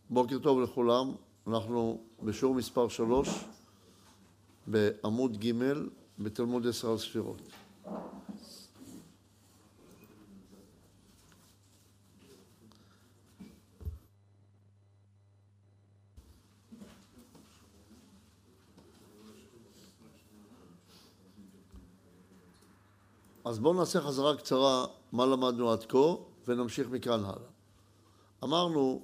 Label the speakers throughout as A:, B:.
A: בוקר טוב לכולם, אנחנו בשיעור מספר 3 בעמוד ג' בתלמוד 10 הספירות. אז בואו נעשה חזרה קצרה מה למדנו עד כה ונמשיך מכאן הלאה. אמרנו,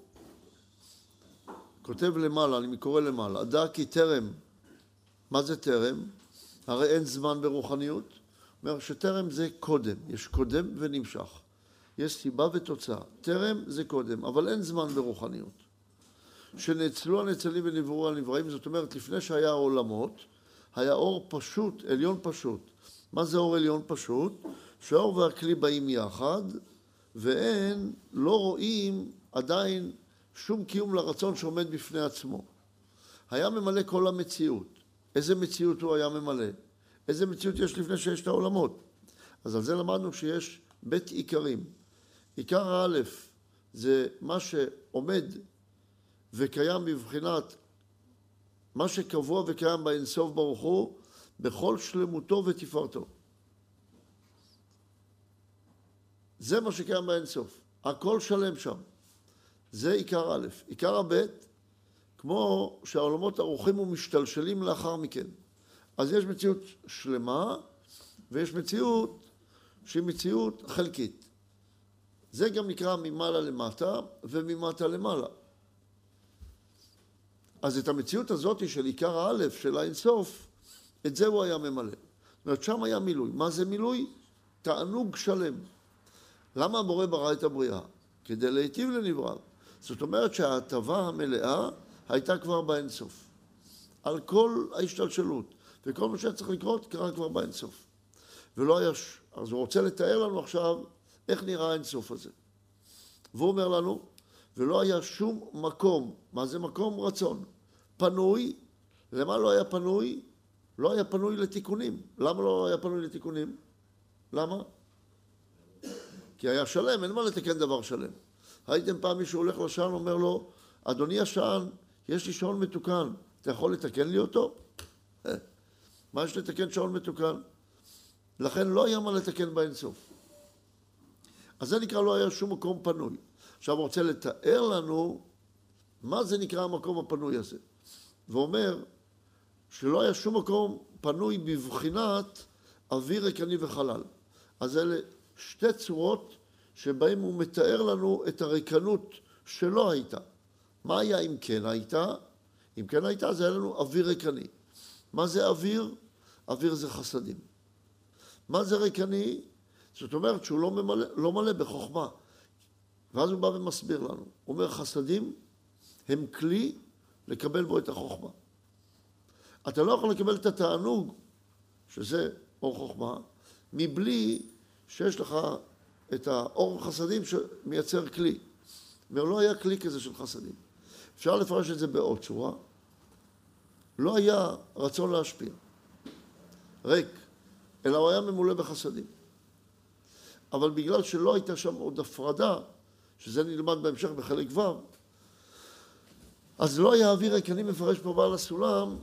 A: כותב למעלה, אני קורא למעלה, דע כי טרם, מה זה טרם? הרי אין זמן ברוחניות. אומר שטרם זה קודם, יש קודם ונמשך. יש סיבה ותוצאה. טרם זה קודם, אבל אין זמן ברוחניות. שנאצלו הנאצלים ונבראו הנבראים, זאת אומרת, לפני שהיה העולמות, היה אור פשוט, עליון פשוט. מה זה אור עליון פשוט? שהאור והכלי באים יחד, ואין, לא רואים עדיין שום קיום לרצון שעומד בפני עצמו. היה ממלא כל המציאות. איזה מציאות הוא היה ממלא? איזה מציאות יש לפני שיש את העולמות? אז על זה למדנו שיש בית עיקרים. עיקר א' זה מה שעומד וקיים בבחינת, מה שקבוע וקיים באינסוף ברוך הוא, בכל שלמותו ותפארתו. זה מה שקיים באינסוף. הכל שלם שם. זה עיקר א'. עיקר הב', כמו שהעולמות ערוכים ומשתלשלים לאחר מכן. אז יש מציאות שלמה, ויש מציאות שהיא מציאות חלקית. זה גם נקרא ממעלה למטה, וממטה למעלה. אז את המציאות הזאת של עיקר הא' של האינסוף, את זה הוא היה ממלא. זאת אומרת, שם היה מילוי. מה זה מילוי? תענוג שלם. למה הבורא ברא את הבריאה? כדי להיטיב לנבראו. זאת אומרת שההטבה המלאה הייתה כבר באינסוף. על כל ההשתלשלות. וכל מה שצריך לקרות קרה כבר באינסוף. ולא היה... אז הוא רוצה לתאר לנו עכשיו איך נראה האינסוף הזה. והוא אומר לנו, ולא היה שום מקום. מה זה מקום? רצון. פנוי. למה לא היה פנוי? לא היה פנוי לתיקונים. למה לא היה פנוי לתיקונים? למה? כי היה שלם, אין מה לתקן דבר שלם. הייתם פעם מישהו הולך לשעון, אומר לו, אדוני השעון, יש לי שעון מתוקן, אתה יכול לתקן לי אותו? מה יש לתקן שעון מתוקן? לכן לא היה מה לתקן באינסוף. אז זה נקרא לא היה שום מקום פנוי. עכשיו הוא רוצה לתאר לנו מה זה נקרא המקום הפנוי הזה. ואומר שלא היה שום מקום פנוי בבחינת אוויר ריקני וחלל. אז אלה שתי צורות שבהם הוא מתאר לנו את הריקנות שלא הייתה. מה היה אם כן הייתה? אם כן הייתה זה היה לנו אוויר ריקני. מה זה אוויר? אוויר זה חסדים. מה זה ריקני? זאת אומרת שהוא לא מלא בחוכמה. ואז הוא בא ומסביר לנו. הוא אומר חסדים הם כלי לקבל בו את החוכמה. אתה לא יכול לקבל את התענוג, שזה אור חוכמה, מבלי שיש לך את האור חסדים שמייצר כלי. ולא היה כלי כזה של חסדים. אפשר לפרש את זה בעוד צורה. לא היה רצון להשפיע. ריק. אלא הוא היה ממולא בחסדים. אבל בגלל שלא הייתה שם עוד הפרדה, שזה נלמד בהמשך בחלק ו', אז לא היה אוויר ריקני מפרש פה בעל הסולם,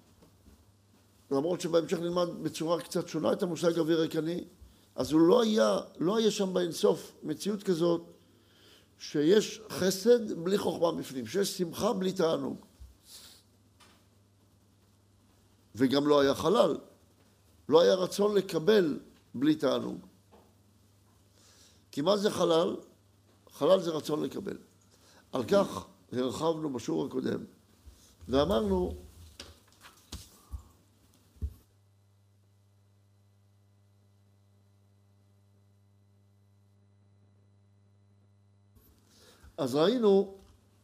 A: למרות שבהמשך נלמד בצורה קצת שונה את המושג אוויר ריקני, אז הוא לא היה שם באינסוף מציאות כזאת שיש חסד בלי חוכמה בפנים, שיש שמחה בלי תענוג. וגם לא היה חלל, לא היה רצון לקבל בלי תענוג. כי מה זה חלל? חלל זה רצון לקבל. על כך הרחבנו בשיעור הקודם, ואמרנו אז ראינו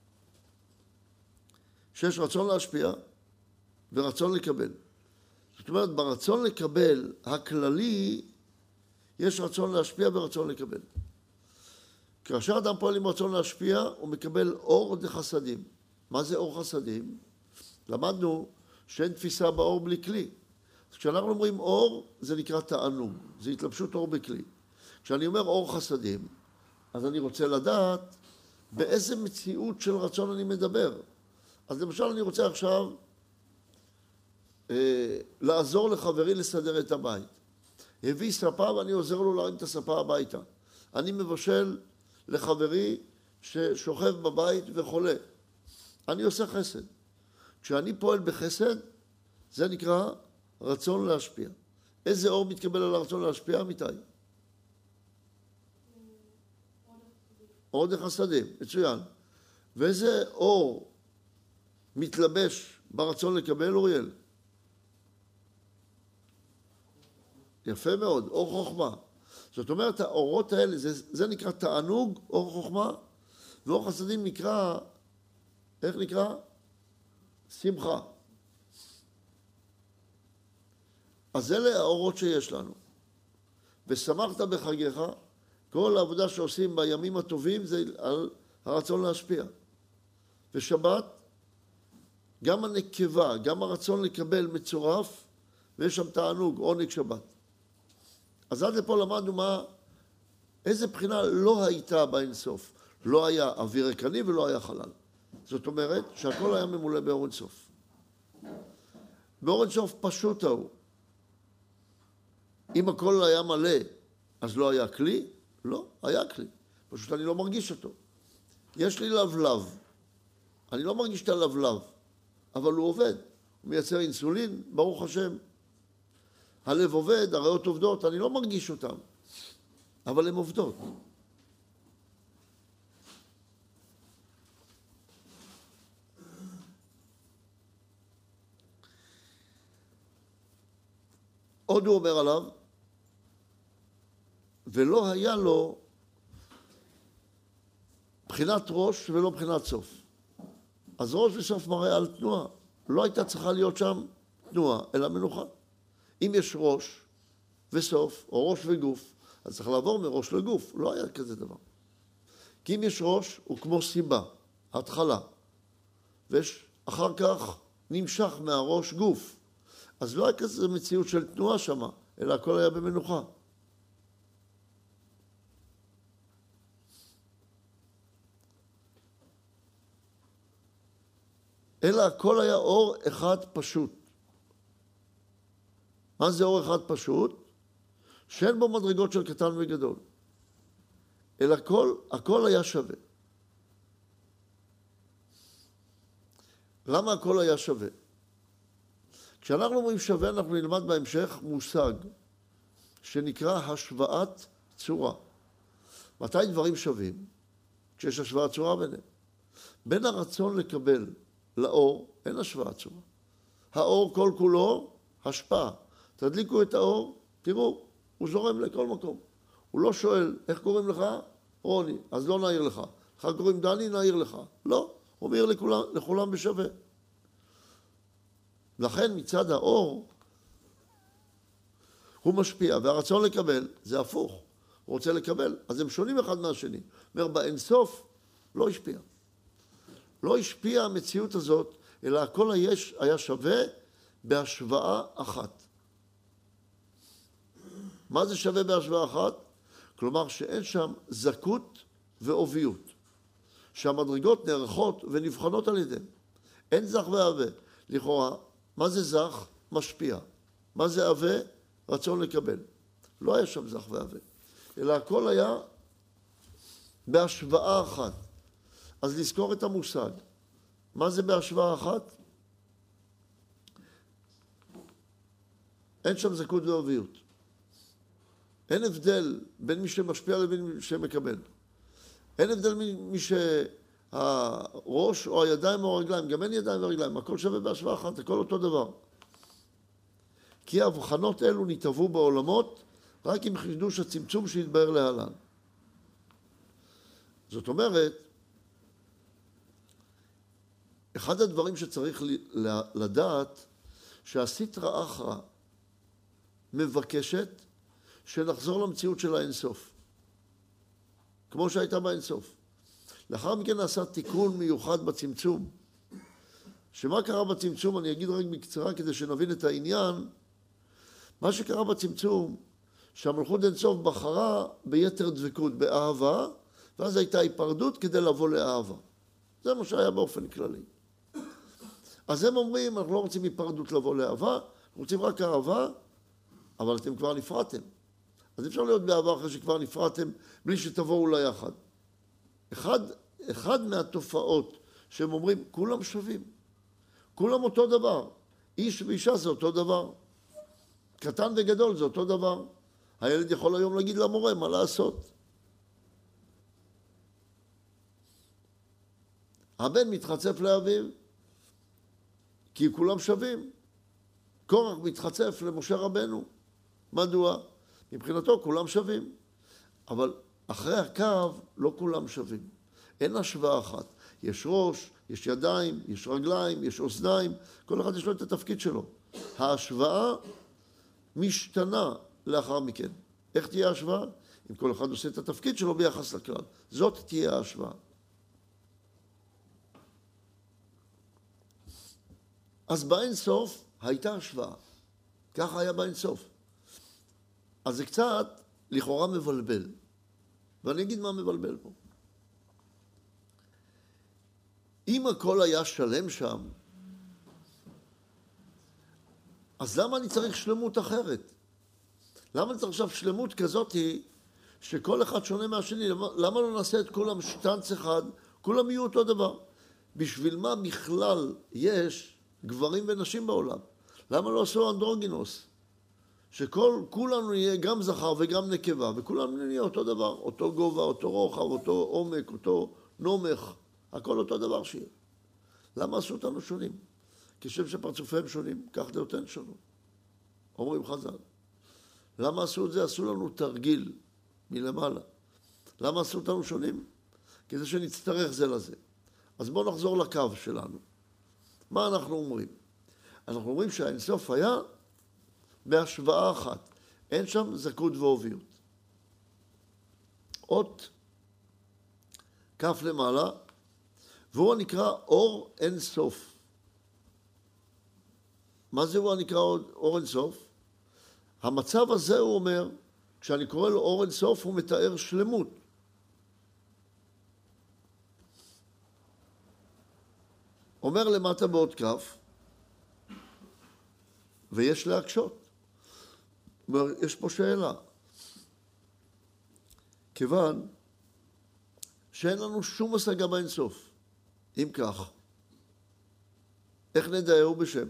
A: שיש רצון להשפיע ורצון לקבל. זאת אומרת, ברצון לקבל הכללי יש רצון להשפיע ורצון לקבל. כאשר אדם פועל עם רצון להשפיע, הוא מקבל אור דחסדים. מה זה אור חסדים? למדנו שאין תפיסה באור בלי כלי. אז כשאנחנו אומרים אור, זה נקרא תענוג. זה התלבשות אור בכלי. כשאני אומר אור חסדים, אז אני רוצה לדעת באיזה מציאות של רצון אני מדבר. אז למשל אני רוצה עכשיו לעזור לחברי לסדר את הבית. הביא ספה ואני עוזר לו להרים את הספה הביתה. אני מבשל לחברי ששוכב בבית וחולה. אני עושה חסד. כשאני פועל בחסד, זה נקרא רצון להשפיע. איזה אור מתקבל על הרצון להשפיע, אמיתי? אור דרך החסדים, מצוין. ואיזה אור מתלבש ברצון לקבל, אוריאל? יפה מאוד, אור חוכמה. זאת אומרת, האורות האלה, זה נקרא תענוג, אור חוכמה, ואור חסדים נקרא, איך נקרא? שמחה. אז אלה האורות שיש לנו. ושמחת בחגיך, כל העבודה שעושים בימים הטובים זה על הרצון להשפיע. ושבת, גם הנקבה, גם הרצון לקבל מצורף, ויש שם תענוג, עונג שבת. אז עד לפה למדנו איזה בחינה לא הייתה באינסוף. לא היה אוויר ריקני ולא היה חלל. זאת אומרת שהכל היה ממולא באור אינסוף. באור אינסוף פשוט ההוא. אם הכל היה מלא, אז לא היה כלי? לא, היה כלי. פשוט אני לא מרגיש אותו. יש לי לבלב. אני לא מרגיש את הלבלב, אבל הוא עובד. הוא מייצר אינסולין, ברוך השם. הלב עובד, הריאות עובדות, אני לא מרגיש אותם, אבל הן עובדות. עוד הוא אומר עליו, ולא היה לו בחינת ראש ולא בחינת סוף. אז ראש וסוף מראה על תנועה. לא הייתה צריכה להיות שם תנועה, אלא מנוחה. אם יש ראש וסוף, או ראש וגוף, אז צריך לעבור מראש לגוף. לא היה כזה דבר. כי אם יש ראש, הוא כמו סיבה, התחלה. ויש אחר כך נמשך מהראש גוף. אז לא היה כזה מציאות של תנועה שמה, אלא הכל היה במנוחה. אלא הכל היה אור אחד פשוט. מה זה אור אחד פשוט? שאין בו מדרגות של קטן וגדול. אלא הכל היה שווה. למה הכל היה שווה? כשאנחנו אומרים שווה, אנחנו נלמד בהמשך מושג שנקרא השוואת צורה. מתי דברים שווים? כשיש השוואת צורה ביניהם. בין הרצון לקבל לאור, אין השוואת צורה. האור כל כולו השפעה. תדליקו את האור, תראו, הוא זורם לכל מקום. הוא לא שואל, איך קוראים לך? רוני, אז לא נעיר לך. לך קוראים דני, נעיר לך. לא, הוא מעיר לכולם בשווה. לכן מצד האור, הוא משפיע, והרצון לקבל זה הפוך. הוא רוצה לקבל, אז הם שונים אחד מהשני. אומר, באינסוף לא השפיע. לא השפיע המציאות הזאת, אלא הכל היה שווה בהשוואה אחת. מה זה שווה בהשוואה אחת? כלומר שאין שם זכות ועוביות. שהמדרגות נערכות ונבחנות על ידיהם. אין זך ועווה. לכאורה, מה זה זך? משפיע. מה זה עווה? רצון לקבל. לא היה שם זך ועווה. אלא הכל היה בהשוואה אחת. אז לזכור את המושג. מה זה בהשוואה אחת? אין שם זכות ועוביות. אין הבדל בין מי שמשפיע לבין מי שמקבל. אין הבדל מי שהראש או הידיים או הרגליים. גם אין ידיים ורגליים. הכל שווה בהשוואה אחת. הכל אותו דבר. כי ההבחנות אלו נתהוו בעולמות רק עם חידוש הצמצום שהתבהר להלן. זאת אומרת, אחד הדברים שצריך לדעת, שהסטרא אחרא מבקשת שנחזור למציאות של האינסוף, כמו שהייתה באינסוף. לאחר מכן נעשה תיקון מיוחד בצמצום. שמה קרה בצמצום? אני אגיד רק בקצרה כדי שנבין את העניין. מה שקרה בצמצום, שהמלכות אינסוף בחרה ביתר דבקות, באהבה, ואז הייתה היפרדות כדי לבוא לאהבה. זה מה שהיה באופן כללי. אז הם אומרים, אנחנו לא רוצים היפרדות לבוא לאהבה, אנחנו רוצים רק אהבה, אבל אתם כבר נפרדתם. אז אפשר להיות באהבה אחרי שכבר נפרדתם, בלי שתבואו ליחד. אחד מהתופעות שהם אומרים, כולם שווים. כולם אותו דבר. איש ואישה זה אותו דבר. קטן וגדול זה אותו דבר. הילד יכול היום להגיד למורה מה לעשות. הבן מתחצף לאביו, כי כולם שווים. קורח מתחצף למשה רבנו. מדוע? מבחינתו כולם שווים. אבל אחרי הקו לא כולם שווים. אין השוואה אחת. יש ראש, יש ידיים, יש רגליים, יש אוזניים. כל אחד יש לו את התפקיד שלו. ההשוואה משתנה לאחר מכן. איך תהיה ההשוואה? אם כל אחד עושה את התפקיד שלו ביחס לכלל. זאת תהיה ההשוואה. אז באין סוף הייתה השוואה. ככה היה באין סוף. אז זה קצת לכאורה מבלבל. ואני אגיד מה מבלבל פה. אם הכל היה שלם שם, אז למה אני צריך שלמות אחרת? למה אני צריך עכשיו שלמות כזאת שכל אחד שונה מהשני? למה לא נעשה את כולם שטנץ אחד? כולם יהיו אותו דבר. בשביל מה בכלל יש גברים ונשים בעולם? למה לא עשו אנדרוגינוס? שכולנו נהיה גם זכר וגם נקבה, וכולנו נהיה אותו דבר, אותו גובה, אותו רוחב, אותו עומק, אותו נומך, הכל אותו דבר שיהיה. למה עשו אותנו שונים? כשם שפרצופיהם שונים, כך דעותיהם שונות. אומרים חז"ל. למה עשו את זה? עשו לנו תרגיל מלמעלה. למה עשו אותנו שונים? כדי שנצטרך זה לזה. אז בואו נחזור לקו שלנו. מה אנחנו אומרים? אנחנו אומרים שהאינסוף היה בהשוואה אחת. אין שם זכות ואוביות. אות כף למעלה, והוא הנקרא אור אין סוף. מה זה הוא הנקרא אור אין סוף? המצב הזה הוא אומר, כשאני קורא לו אור אין סוף, הוא מתאר שלמות. אומר למטה בעוד כף, ויש להקשות. יש פה שאלה. כיוון שאין לנו שום השגה באינסוף. אם כך, איך נדעהו בשם?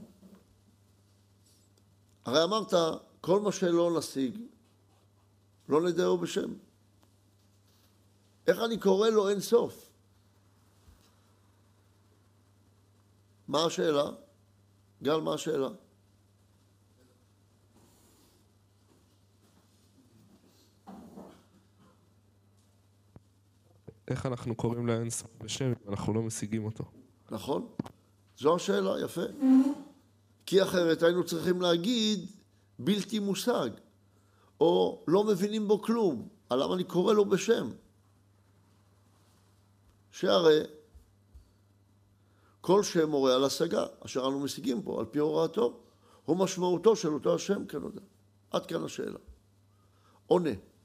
A: הרי אמרת, כל מה שלא נשיג, לא נדעהו בשם. איך אני קורא לו אינסוף? מה השאלה? גל, מה השאלה?
B: איך אנחנו קוראים לאינסוף בשם אם אנחנו לא משיגים אותו?
A: נכון, זו השאלה, יפה. כי אחרת היינו צריכים להגיד בלתי מושג, או לא מבינים בו כלום, על למה אני קורא לו בשם. שהרי כל שם מורה על השגה, אשר אנו משיגים פה, על פי הוראתו, הוא משמעותו של אותו השם כנודע. עד כאן השאלה. עונה.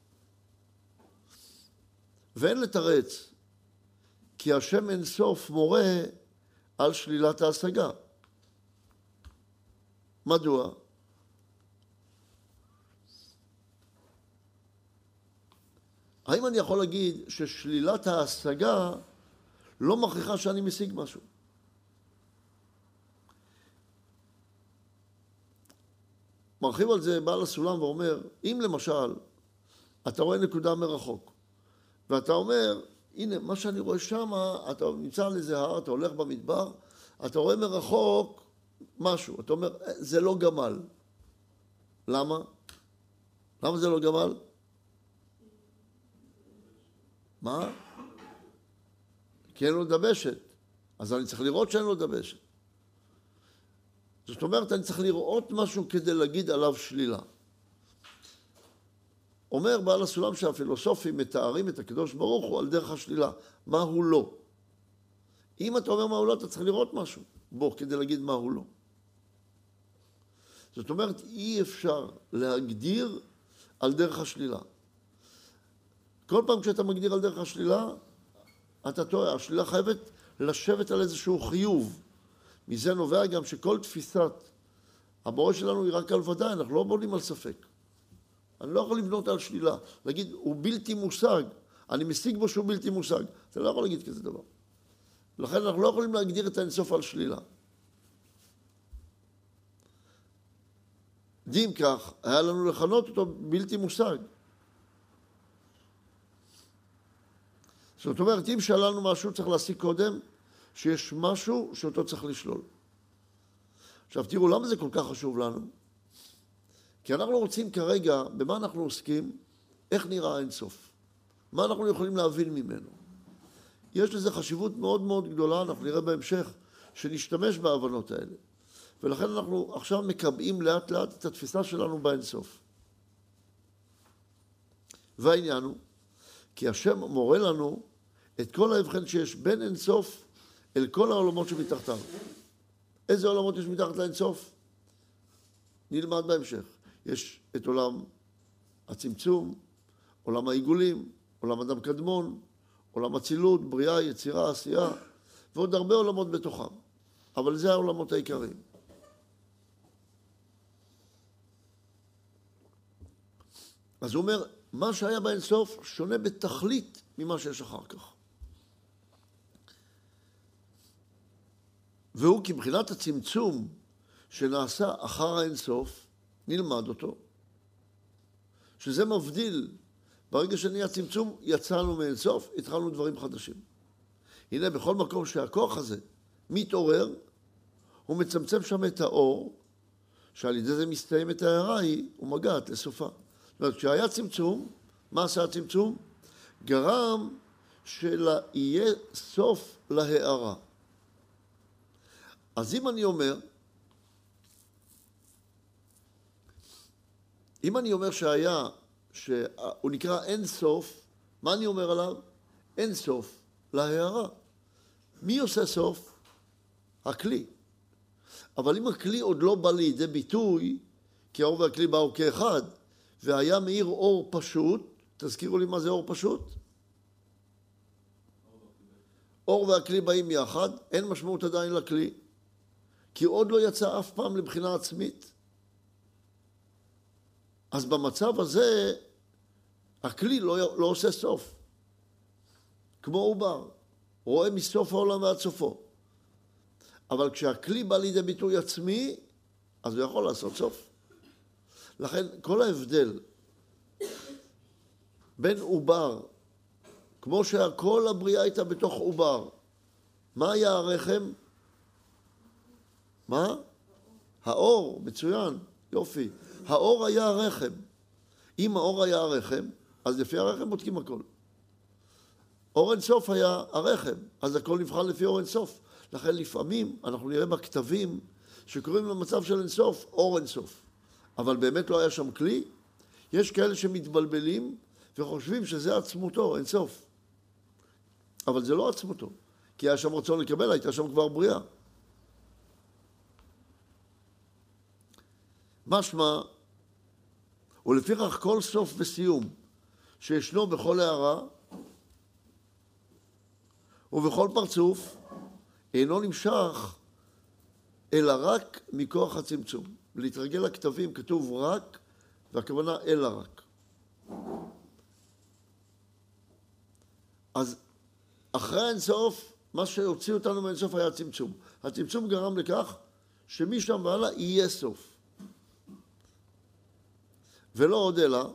A: ואין לתרץ, כי השם אין סוף מורה על שלילת ההשגה. מדוע? האם אני יכול להגיד ששלילת ההשגה לא מכריחה שאני משיג משהו? מרחיב על זה בעל הסולם ואומר, אם למשל אתה רואה נקודה מרחוק, ואתה אומר, הנה, מה שאני רואה שם, אתה נמצא על איזה הר, אתה הולך במדבר, אתה רואה מרחוק משהו, אתה אומר, זה לא גמל. למה? למה זה לא גמל? מה? כי אין לו דבשת. אז אני צריך לראות שאין לו דבשת. זאת אומרת, אני צריך לראות משהו כדי להגיד עליו שלילה. אומר בעל הסולם שהפילוסופים מתארים את הקדוש ברוך הוא על דרך השלילה. מה הוא לא? אם אתה אומר מה הוא לא, אתה צריך לראות משהו בו כדי להגיד מה הוא לא. זאת אומרת, אי אפשר להגדיר על דרך השלילה. כל פעם כשאתה מגדיר על דרך השלילה, אתה טועה. השלילה חייבת לשבת על איזשהו חיוב. מזה נובע גם שכל תפיסת הבורא שלנו היא רק על ודאי, אנחנו לא בונים על ספק. אני לא יכול לבנות על שלילה. להגיד, הוא בלתי מושג, אני משיג בו שהוא בלתי מושג. אתה לא יכול להגיד כזה דבר. לכן אנחנו לא יכולים להגדיר את האינסוף על שלילה. דים כך, היה לנו לכנות אותו בלתי מושג. זאת אומרת, אם שאלנו משהו, צריך להשיג קודם שיש משהו שאותו צריך לשלול. עכשיו תראו, למה זה כל כך חשוב לנו? כי אנחנו רוצים כרגע, במה אנחנו עוסקים, איך נראה האינסוף. מה אנחנו יכולים להבין ממנו. יש לזה חשיבות מאוד מאוד גדולה, אנחנו נראה בהמשך, שנשתמש בהבנות האלה. ולכן אנחנו עכשיו מקבעים לאט לאט את התפיסה שלנו באינסוף. והעניין הוא, כי השם מורה לנו את כל ההבחן שיש בין אינסוף אל כל העולמות שמתחתיו. איזה עולמות יש מתחת לאינסוף? נלמד בהמשך. יש את עולם הצמצום, עולם העיגולים, עולם אדם קדמון, עולם הצילות, בריאה, יצירה, עשייה, ועוד הרבה עולמות בתוכם. אבל זה העולמות העיקריים. אז הוא אומר, מה שהיה באינסוף שונה בתכלית ממה שיש אחר כך. והוא כי מבחינת הצמצום שנעשה אחר האינסוף, נלמד אותו. שזה מבדיל, ברגע שנהיה צמצום, יצאנו מאינסוף, התחלנו דברים חדשים. הנה, בכל מקום שהכוח הזה מתעורר, הוא מצמצם שם את האור, שעל ידי זה מסתיים את ההערה היא, ומגעת לסופה. זאת אומרת, כשהיה צמצום, מה עשה הצמצום? גרם שיהיה סוף להערה. אז אם אני אומר שהיה, שהוא נקרא אין סוף, מה אני אומר עליו? אין סוף להערה. מי עושה סוף? הכלי. אבל אם הכלי עוד לא בא לידי ביטוי, כי האור והכלי באו כאחד, והיה מאיר אור פשוט, תזכירו לי מה זה אור פשוט? אור והכלי באים יחד, אין משמעות עדיין לכלי, כי עוד לא יצא אף פעם לבחינה עצמית. אז במצב הזה, הכלי לא עושה סוף. כמו עובר, רואה מסוף העולם ועד סופו. אבל כשהכלי בא לידי ביטוי עצמי, אז הוא יכול לעשות סוף. לכן כל ההבדל בין עובר, כמו שכל הבריאה הייתה בתוך עובר, מה היה הרחם? מה? האור, מצוין, יופי. האור היה הרחם. אם האור היה הרחם, אז לפי הרחם בודקים הכל. אור אינסוף היה הרחם, אז הכל נבחן לפי אור אינסוף. לכן לפעמים אנחנו נראה בכתבים שקוראים למצב של אינסוף, אור אינסוף. אבל באמת לא היה שם כלי. יש כאלה שמתבלבלים וחושבים שזה עצמותו, אינסוף. אבל זה לא עצמותו, כי היה שם רצון לקבל, הייתה שם כבר בריאה. משמע, ולפיכך כל סוף וסיום שישנו בכל הערה ובכל פרצוף, אינו נמשך אלא רק מכוח הצמצום. להתרגל לכתבים כתוב רק, והכוונה אלא רק. אז אחרי האינסוף, מה שהוציא אותנו מהאינסוף היה הצמצום. הצמצום גרם לכך שמשם והלאה יהיה סוף. ולא עוד אלא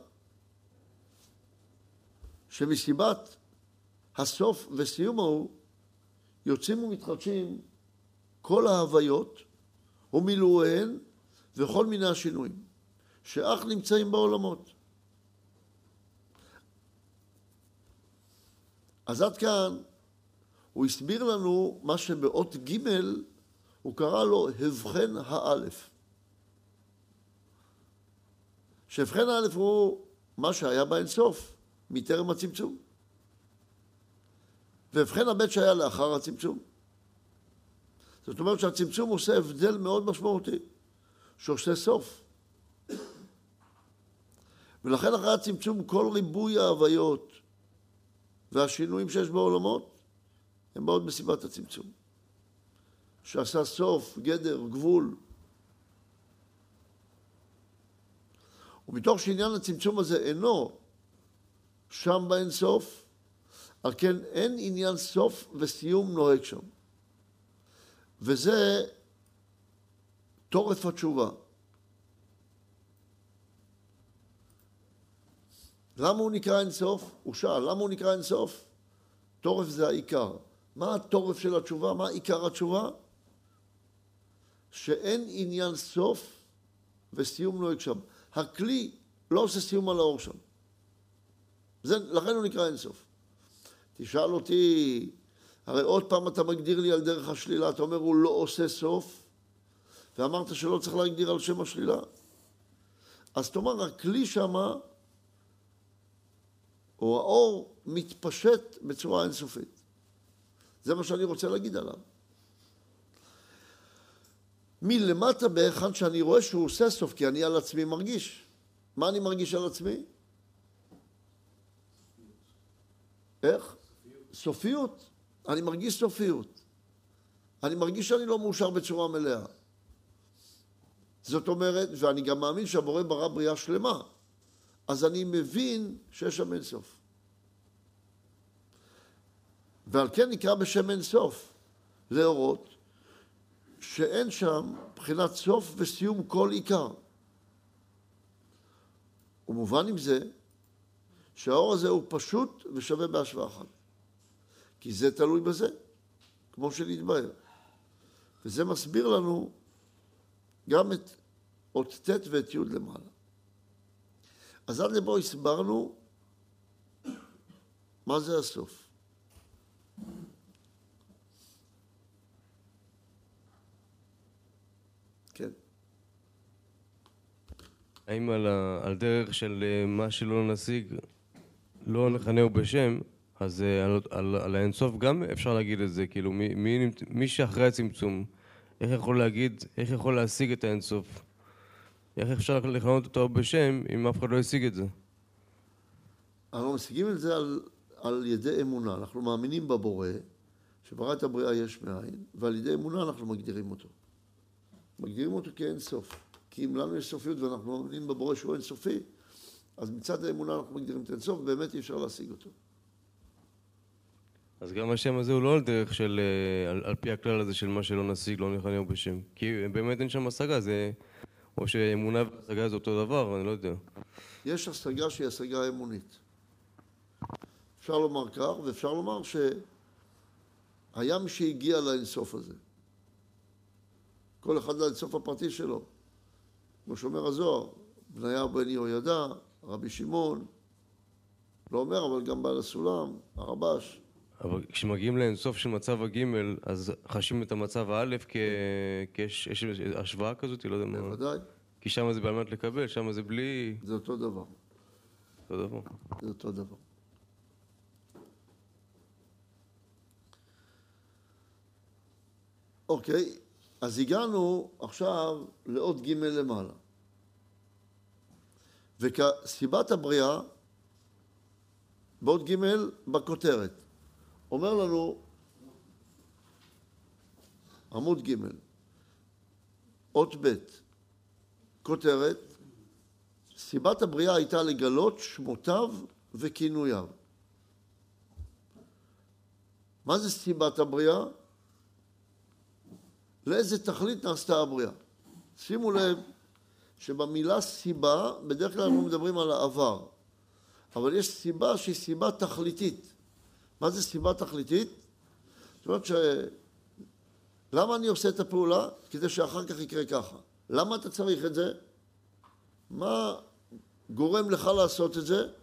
A: שמסיבת הסוף וסיום ההוא יוצאים ומתחדשים כל ההוויות ומילואיהן וכל מיני השינויים שאך נמצאים בעולמות. אז עד כאן הוא הסביר לנו מה שבאות ג' הוא קרא לו הבחן האלף. שהבחן האלף הוא מה שהיה באינסוף מטרם הצמצום. והבחן הבית שהיה לאחר הצמצום. זאת אומרת שהצמצום עושה הבדל מאוד משמעותי, שעושה סוף. ולכן אחרי הצמצום כל ריבוי ההוויות והשינויים שיש בעולמות הם באות בסיבת הצמצום. שעשה סוף, גדר, גבול. ומתוך שעניין הצמצום הזה אינו שם באין סוף, על כן אין עניין סוף וסיום נוהג שם. וזה תורף התשובה. למה הוא נקרא אין סוף? הוא שאל, למה הוא נקרא אין סוף? תורף זה העיקר. מה התורף של התשובה? מה עיקר התשובה? שאין עניין סוף וסיום נוהג שם. הכלי לא עושה סיום על האור שם. לכן הוא נקרא אין סוף. תשאל אותי, הרי עוד פעם אתה מגדיר לי על דרך השלילה, אתה אומר הוא לא עושה סוף, ואמרת שלא צריך להגדיר על שם השלילה. אז תאמר, הכלי שמה, או האור, מתפשט בצורה אינסופית. זה מה שאני רוצה להגיד עליו. מלמטה באחד שאני רואה שהוא עושה סוף, כי אני על עצמי מרגיש. מה אני מרגיש על עצמי? איך? סופיות. אני מרגיש סופיות. אני מרגיש שאני לא מאושר בצורה מלאה. זאת אומרת, ואני גם מאמין שהבורא ברא בריאה שלמה, אז אני מבין שיש שם אין סוף. ועל כן נקרא בשם אין סוף, להורות שאין שם בחינת סוף וסיום כל עיקר. ומובן עם זה שהאור הזה הוא פשוט ושווה בהשוואה אחת. כי זה תלוי בזה, כמו שנתבהר. וזה מסביר לנו גם את אות ט' ואת י' למעלה. אז עד לבו הסברנו מה זה הסוף. כן.
C: האם על דרך של מה שלא נשיג, לא נכנהו בשם, אז על האינסוף גם אפשר להגיד את זה, כאילו מי שאחרי הצמצום, איך יכול להגיד, איך יכול להשיג את האינסוף? איך אפשר לכנות אותו בשם אם אף אחד לא ישיג את זה?
A: אנחנו משיגים את זה על ידי אמונה. אנחנו מאמינים בבורא, שברא את הבריאה יש מאין, ועל ידי אמונה אנחנו מגדירים אותו. מגדירים אותו כאין סוף. כי אם לנו יש סופיות ואנחנו מאמינים בבורא שהוא אין סופי, אז מצד האמונה אנחנו מגדירים את אין סוף, ובאמת אי אפשר להשיג אותו.
C: אז גם השם הזה הוא לא על דרך של, על פי הכלל הזה של מה שלא נשיג, לא נכנהו בשם. כי באמת אין שם השגה, זה, או שאמונה והשגה זה אותו דבר, אני לא יודע.
A: יש השגה שהיא השגה אמונית. אפשר לומר כך, ואפשר לומר שהיה מי שהגיע לאינסוף הזה. כל אחד לאינסוף הפרטי שלו. כמו שאומר הזוהר, בניהו בן יהוידע, רבי שמעון, לא אומר, אבל גם בעל הסולם, הרבש.
C: אבל כשמגיעים לאינסוף של מצב הגימל, אז חשים את המצב האלף יש השוואה כזאת, לא יודע מה.
A: בוודאי.
C: כי שם זה על מנת לקבל, שם זה בלי...
A: זה אותו דבר.
C: אותו דבר.
A: זה אותו דבר. אוקיי, אז הגענו עכשיו לעוד ג' למעלה. וכסיבת הבריאה, בעוד ג' בכותרת, אומר לנו, עמוד ג', אות ב', כותרת, סיבת הבריאה הייתה לגלות שמותיו וכינוייו. מה זה סיבת הבריאה? לאיזה תכלית נעשתה הבריאה? שימו לב שבמילה סיבה, בדרך כלל אנחנו מדברים על העבר, אבל יש סיבה שהיא סיבה תכליתית. מה זה סיבה תכליתית? זאת אומרת למה אני עושה את הפעולה? כדי שאחר כך יקרה ככה. למה אתה צריך את זה? מה גורם לך לעשות את זה?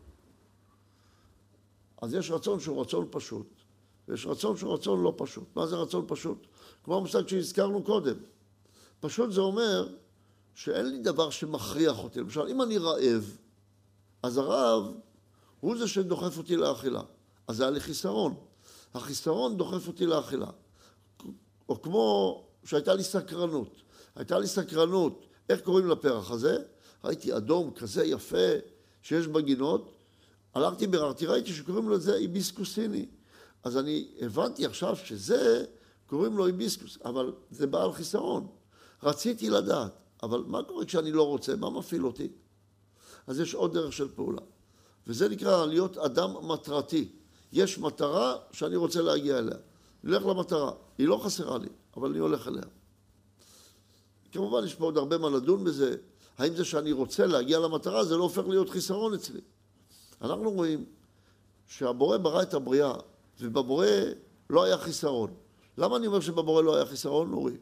A: אז יש רצון שהוא רצון פשוט, ויש רצון שהוא רצון לא פשוט. מה זה רצון פשוט? כמו המושג שהזכרנו קודם. פשוט זה אומר שאין לי דבר שמכריח אותי. למשל, אם אני רעב, אז הרעב הוא זה שדוחף אותי לאכילה. אז זה היה לי חיסרון. החיסרון דוחף אותי לאכילה. או כמו שהייתה לי סקרנות. הייתה לי סקרנות, איך קוראים לפרח הזה? ראיתי אדום כזה יפה שיש בגינות, הלכתי ביררתי, ראיתי שקוראים לו את זה היביסקוסיני. אז אני הבנתי עכשיו שזה, קוראים לו היביסקוס, אבל זה בעל חיסרון. רציתי לדעת, אבל מה קורה כשאני לא רוצה? מה מפעיל אותי? אז יש עוד דרך של פעולה. וזה נקרא להיות אדם מטרתי. יש מטרה שאני רוצה להגיע אליה. אני הולך למטרה. היא לא חסרה לי, אבל אני הולך אליה. כמובן, יש פה עוד הרבה מה לדון בזה. האם זה שאני רוצה להגיע למטרה, זה לא הופך להיות חיסרון אצלי. אנחנו רואים שהבורא ברא את הבריאה, ובבורא לא היה חיסרון. למה אני אומר שבבורא לא היה חיסרון, נורי?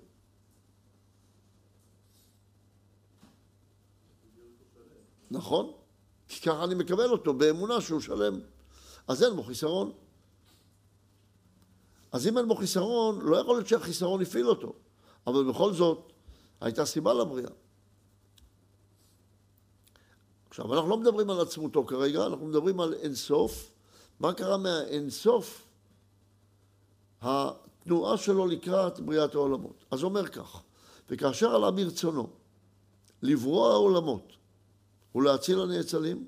A: נכון? כי ככה אני מקבל אותו, באמונה שהוא שלם. אז אין בו חיסרון. אז אם אין בו חיסרון, לא יכול להיות שהחיסרון הפעיל אותו. אבל בכל זאת, הייתה סיבה לבריאה. עכשיו, אנחנו לא מדברים על עצמותו כרגע, אנחנו מדברים על אינסוף. מה קרה מהאינסוף? התנועה שלו לקראת בריאת העולמות. אז אומר כך, וכאשר עלה ברצונו לברוא העולמות ולהציל הנאצלים,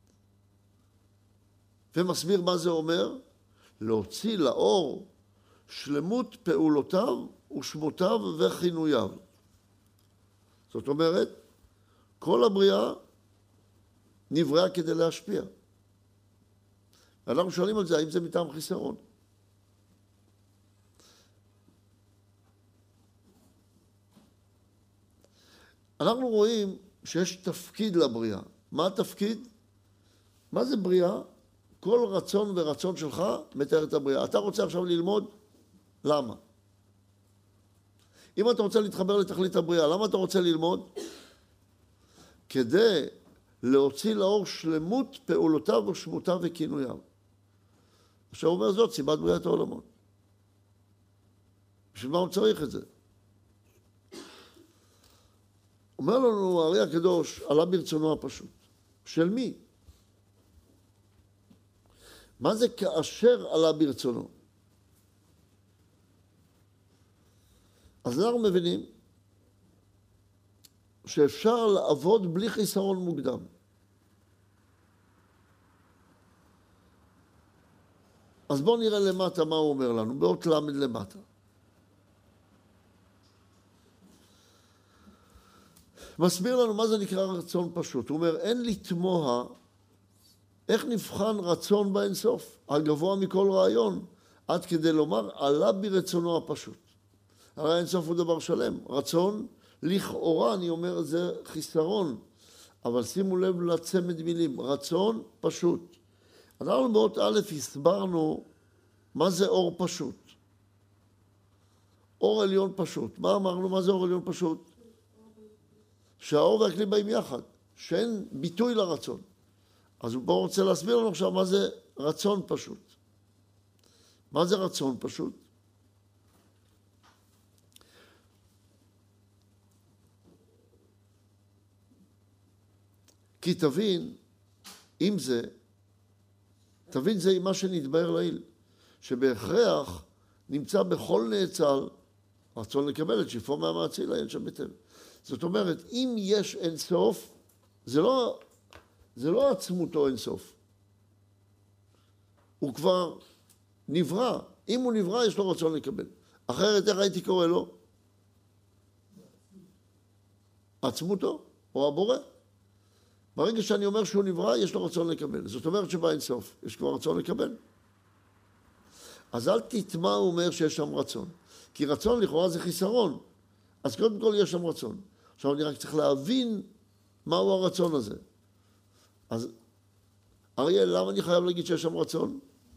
A: ומסביר מה זה אומר, להוציא לאור שלמות פעולותיו ושמותיו וכינוייו. זאת אומרת, כל הבריאה נבראה כדי להשפיע. ואנחנו שואלים על זה, האם זה מטעם חיסרון? אנחנו רואים שיש תפקיד לבריאה. מה התפקיד? מה זה בריאה? כל רצון ורצון שלך מתאר את הבריאה. אתה רוצה עכשיו ללמוד? למה? אם אתה רוצה להתחבר לתכלית הבריאה, למה אתה רוצה ללמוד? כדי להוציא לאור שלמות פעולותיו ושמותיו וכינוייו. עכשיו הוא אומר זאת, סיבת בריאת העולמות. בשביל מה הוא צריך את זה? אומר לנו הארי הקדוש, עלה ברצונו הפשוט. של מי? מה זה כאשר עלה ברצונו? אז אנחנו מבינים שאפשר לעבוד בלי חיסרון מוקדם. אז בואו נראה למטה מה הוא אומר לנו, באות למד למטה. מסביר לנו מה זה נקרא רצון פשוט. הוא אומר, אין לתמוה איך נבחן רצון באינסוף, הגבוה מכל רעיון, עד כדי לומר, עלה ברצונו הפשוט. הרי האינסוף הוא דבר שלם. רצון, לכאורה, אני אומר, זה חיסרון. אבל שימו לב לצמד מילים, רצון פשוט. אנחנו באות א' הסברנו מה זה אור פשוט. אור עליון פשוט. מה אמרנו? מה זה אור עליון פשוט? שהאור והכלי באים יחד, שאין ביטוי לרצון. אז הוא פה רוצה להסביר לנו עכשיו מה זה רצון פשוט. מה זה רצון פשוט? כי תבין, אם זה, תבין זה עם מה שנתבהר לעיל, שבהכרח נמצא בכל נאצל רצון לקבל את שפעו מהמאציל, אין שם בטבע. זאת אומרת, אם יש אינסוף, זה לא עצמותו אינסוף. הוא כבר נברא. אם הוא נברא, יש לו רצון לקבל. אחרת, איך הייתי קורא לו? עצמותו, או הבורא. ברגע שאני אומר שהוא נברא, יש לו רצון לקבל. זאת אומרת שבא אינסוף, יש כבר רצון לקבל. אז אל תטמע, הוא אומר שיש שם רצון. כי רצון לכאורה זה חיסרון. אז קודם כל יש שם רצון. עכשיו אני רק צריך להבין מהו הרצון הזה. אז אריאל, למה אני חייב להגיד שיש שם רצון?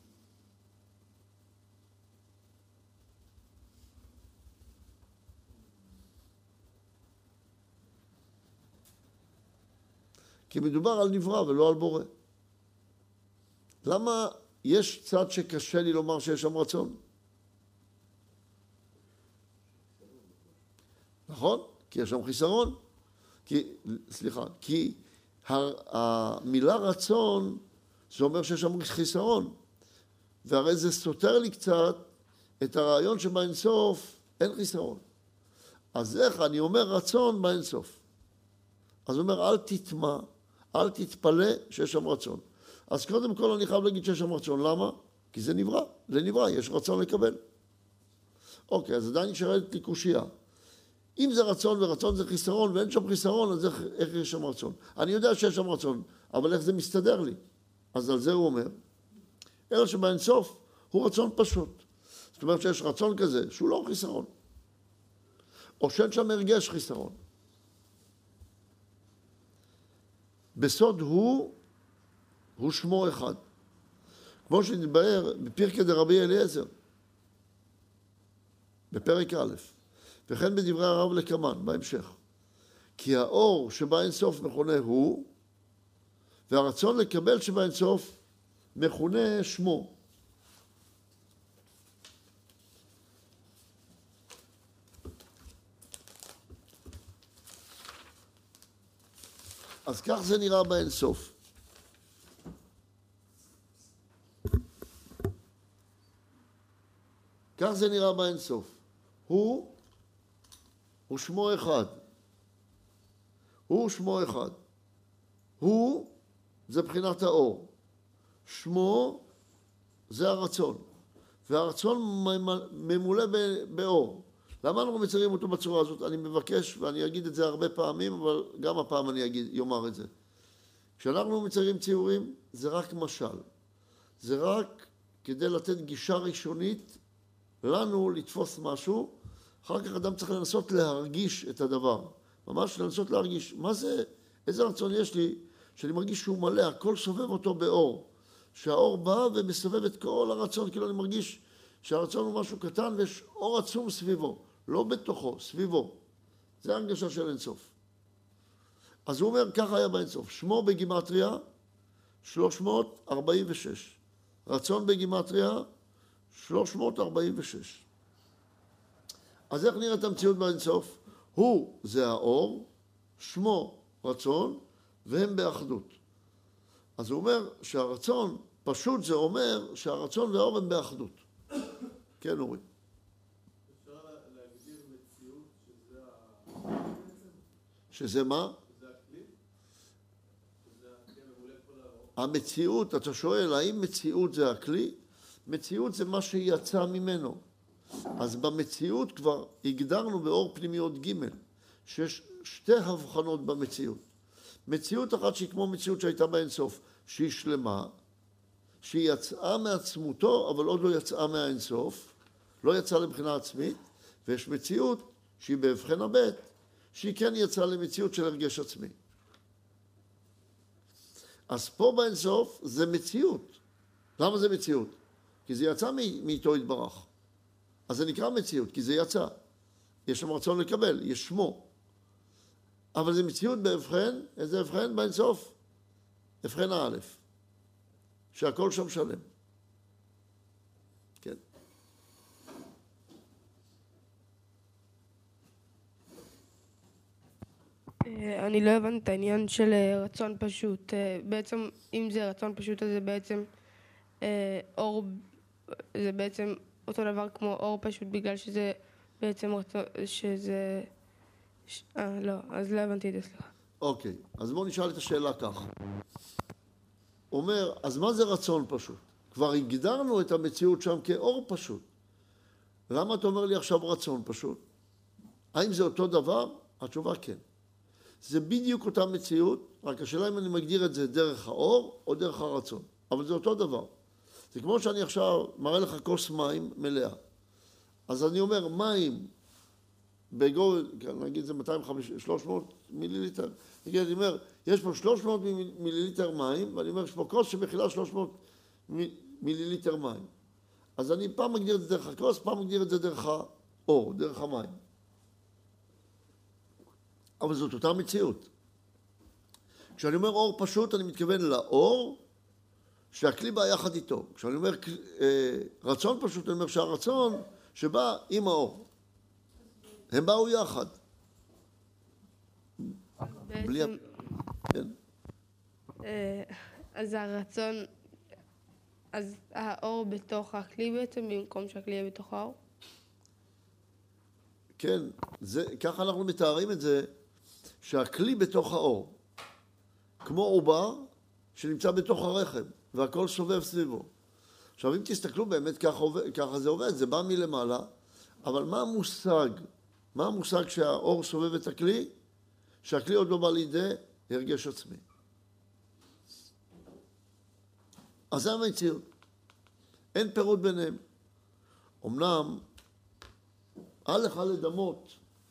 A: כי מדובר על נברא ולא על בורא. למה יש צד שקשה לי לומר שיש שם רצון? נכון? כי יש שם חיסרון. כי המילה רצון, זה אומר שיש שם חיסרון. והרי זה סותר לי קצת את הרעיון שבאינסוף אין חיסרון. אז איך אני אומר רצון באינסוף? אז הוא אומר, אל תטמע, אל תתפלא שיש שם רצון. אז קודם כל אני חייב להגיד שיש שם רצון. למה? כי זה נברא. זה נברא, יש רצון לקבל. אוקיי, אז עדיין נשארת לי קושייה. אם זה רצון ורצון זה חיסרון ואין שם חיסרון, אז איך יש שם רצון? אני יודע שיש שם רצון, אבל איך זה מסתדר לי? אז על זה הוא אומר, אלא שבאינסוף הוא רצון פשוט. זאת אומרת שיש רצון כזה שהוא לא חיסרון. או שאין שם הרגש חיסרון. בסוד הוא שמו אחד. כמו שנתבהר בפרקי דרבי אליעזר, בפרק א', וכן בדברי הרב לקמן, בהמשך. כי האור שבא אינסוף מכונה הוא, והרצון לקבל שבא אינסוף מכונה שמו. אז כך זה נראה באינסוף. כך זה נראה באינסוף. הוא שמו אחד. הוא שמו אחד. הוא זה בחינת האור. שמו זה הרצון. והרצון ממולא באור. למה אנחנו מציירים אותו בצורה הזאת? אני מבקש, ואני אגיד את זה הרבה פעמים, אבל גם הפעם אני יאמר את זה. כשאנחנו מציירים ציורים, זה רק משל. זה רק כדי לתת גישה ראשונית לנו לתפוס משהו, אחר כך אדם צריך לנסות להרגיש את הדבר. ממש לנסות להרגיש. מה זה, איזה רצון יש לי, שאני מרגיש שהוא מלא, הכל סובב אותו באור. שהאור בא ומסובב את כל הרצון, כאילו אני מרגיש שהרצון הוא משהו קטן ויש אור עצום סביבו. לא בתוכו, סביבו. זה ההרגשה של אינסוף. אז הוא אומר, ככה היה באינסוף. שמו בגימטריה, 346. רצון בגימטריה, 346. אז איך נראית המציאות באינסוף? הוא זה האור, שמו רצון, והם באחדות. אז הוא אומר שהרצון, פשוט זה אומר שהרצון והאור הם באחדות. כן, אורי.
D: אפשר להגדיר מציאות שזה
A: שזה מה?
D: שזה הכלי? שזה הכלי ממולא כל האור?
A: המציאות, אתה שואל, האם מציאות זה הכלי? מציאות זה מה שיצא ממנו. אז במציאות כבר הגדרנו באור פנימיות ג' שיש שתי הבחנות במציאות. מציאות אחת שהיא כמו מציאות שהייתה באינסוף, שהיא שלמה, שהיא יצאה מעצמותו, אבל עוד לא יצאה מהאינסוף, לא יצאה לבחינה עצמית, ויש מציאות שהיא בהבחן הבית, שהיא כן יצאה למציאות של הרגש עצמי. אז פה באינסוף זה מציאות. למה זה מציאות? כי זה יצא מאיתו יתברך. אז זה נקרא מציאות, כי זה יצא. יש שם רצון לקבל, יש שמו. אבל זה מציאות בהבחן, איזה הבחן? באינסוף. הבחן האלף. שהכל שם שלם. כן.
E: אני לא הבנתי את העניין של רצון פשוט. בעצם, אם זה רצון פשוט, אז זה בעצם אור, זה בעצם אותו דבר כמו אור פשוט, בגלל שזה בעצם רצון, שזה... לא, אז לא הבנתי את זה, סליחה.
A: אוקיי, אז בואו נשאל את השאלה ככה. אומר, אז מה זה רצון פשוט? כבר הגדרנו את המציאות שם כאור פשוט. למה אתה אומר לי עכשיו רצון פשוט? האם זה אותו דבר? התשובה כן. זה בדיוק אותה מציאות, רק השאלה אם אני מגדיר את זה דרך האור או דרך הרצון. אבל זה אותו דבר. זה כמו שאני עכשיו מראה לך כוס מים מלאה. אז אני אומר, מים בגודל, נגיד זה 300 מיליליטר. אני אומר, יש פה 300 מיליליטר מים, ואני אומר, יש פה כוס שמכילה 300 מיליליטר מים. אז אני פעם מגדיר את זה דרך הכוס, פעם מגדיר את זה דרך האור, דרך המים. אבל זאת אותה מציאות. כשאני אומר אור פשוט, אני מתכוון לאור שהכלי בא יחד איתו. כשאני אומר רצון פשוט, אני אומר שהרצון שבא עם האור. הם באו יחד.
E: בעצם,
A: כן.
E: אז הרצון, אז האור בתוך הכלי בעצם, במקום שהכלי יהיה בתוך האור?
A: כן, ככה אנחנו מתארים את זה, שהכלי בתוך האור, כמו עובר שנמצא בתוך הרחם, והכל סובב סביבו. עכשיו, אם תסתכלו באמת ככה זה עובד, זה בא מלמעלה, אבל מה המושג? מה המושג שהאור סובב את הכלי? שהכלי עוד לא בא לידי הרגש עצמי. אז זה המציאות. אין פירוט ביניהם. אמנם, אל לך לדמות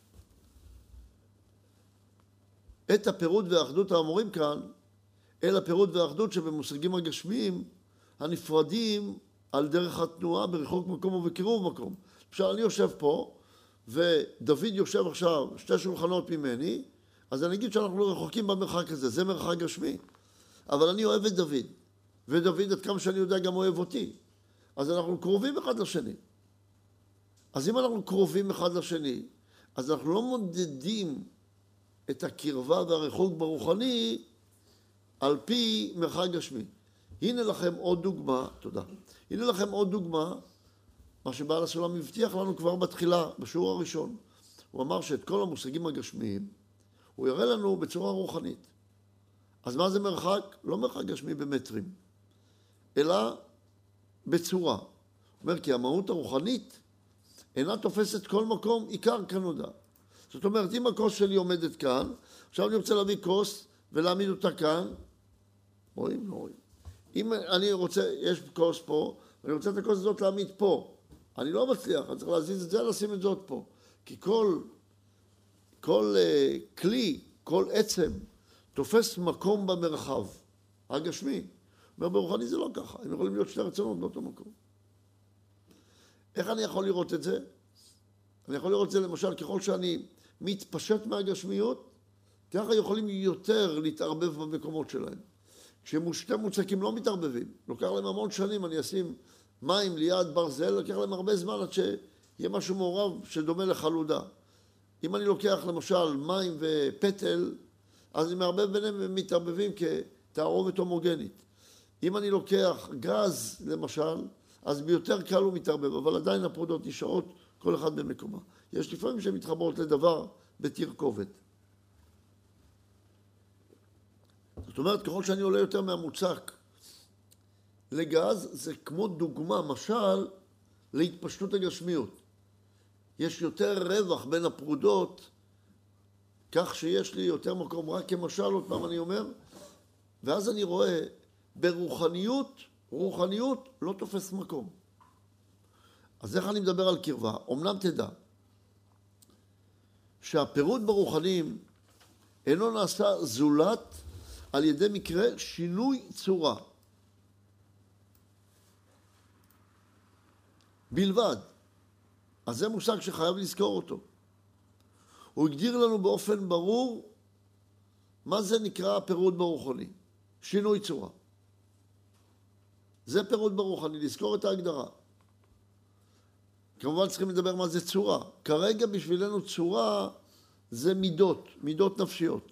A: את הפירוט והאחדות האמורים כאן, אל הפירוט והאחדות שבמושגים הגשמיים הנפרדים על דרך התנועה ברחוק מקום ובקירוב מקום. למשל, אני יושב פה, ודוד יושב עכשיו 2 שולחנות ממני, אז אני אגיד שאנחנו לא רחוקים במרחק הזה, זה מרחק גשמי. אבל אני אוהב את דוד, ודוד עד כמה שאני יודע גם אוהב אותי. אז אנחנו קרובים אחד לשני. אז אם אנחנו קרובים אחד לשני, אז אנחנו לא מודדים את הקרבה והרחוק ברוחני על פי מרחק גשמי. הנה לכם עוד דוגמה, תודה. הנה לכם עוד דוגמה, מה שבעל הסולם הבטיח לנו כבר בתחילה, בשיעור הראשון. הוא אמר שאת כל המושגים הגשמיים, הוא יראה לנו בצורה רוחנית. אז מה זה מרחק? לא מרחק גשמי במטרים, אלא בצורה. הוא אומר כי המהות הרוחנית אינה תופסת כל מקום עיקר כנודע. זאת אומרת, אם הכוס שלי עומדת כאן, עכשיו אני רוצה להביא כוס ולהעמיד אותה כאן, רואים? לא רואים. אם אני רוצה, יש כוס פה, ואני רוצה את הכוס הזאת להעמיד פה, אני לא מצליח, אני צריך להזיז את זה, לשים את זה עוד פה. כי כל כלי, כל עצם, תופס מקום במרחב הגשמי. ברוחני זה לא ככה, הם יכולים להיות שתי רצונות באותו מקום. איך אני יכול לראות את זה? אני יכול לראות את זה למשל, ככל שאני מתפשט מהגשמיות, ככה יכולים יותר להתערבב במקומות שלהם. כששתי מוצקים לא מתערבבים, לוקח להם המון שנים, אני אשים מים ליד ברזל, לוקח להם הרבה זמן עד שיהיה משהו מעורב שדומה לחלודה. אם אני לוקח למשל מים ופטל, אז הם מערבב ביניהם ומתערבבים כתערובת הומוגנית. אם אני לוקח גז למשל, אז ביותר קל הוא מתערבב, אבל עדיין הפרודות נשארות כל אחד במקומה. יש לפעמים שהן מתחברות לדבר בתרכובת. זאת אומרת, ככל שאני עולה יותר מהמוצק לגז, זה כמו דוגמה, משל, להתפשטות הגשמיות. יש יותר רווח בין הפרודות, כך שיש לי יותר מקום, רק כמשל, עוד פעם אני אומר, ואז אני רואה, רוחניות לא תופס מקום. אז איך אני מדבר על קרבה? אמנם תדע שהפירוד ברוחנים אינו נעשה זולת על ידי מקרה שינוי צורה. בלבד. אז זה מושג שחייב לזכור אותו. הוא הגדיר לנו באופן ברור מה זה נקרא הפירוד ברוחני. שינוי צורה. זה פירוד ברוחני, לזכור את ההגדרה. כמובן צריכים לדבר מה זה צורה. כרגע בשבילנו צורה זה מידות נפשיות.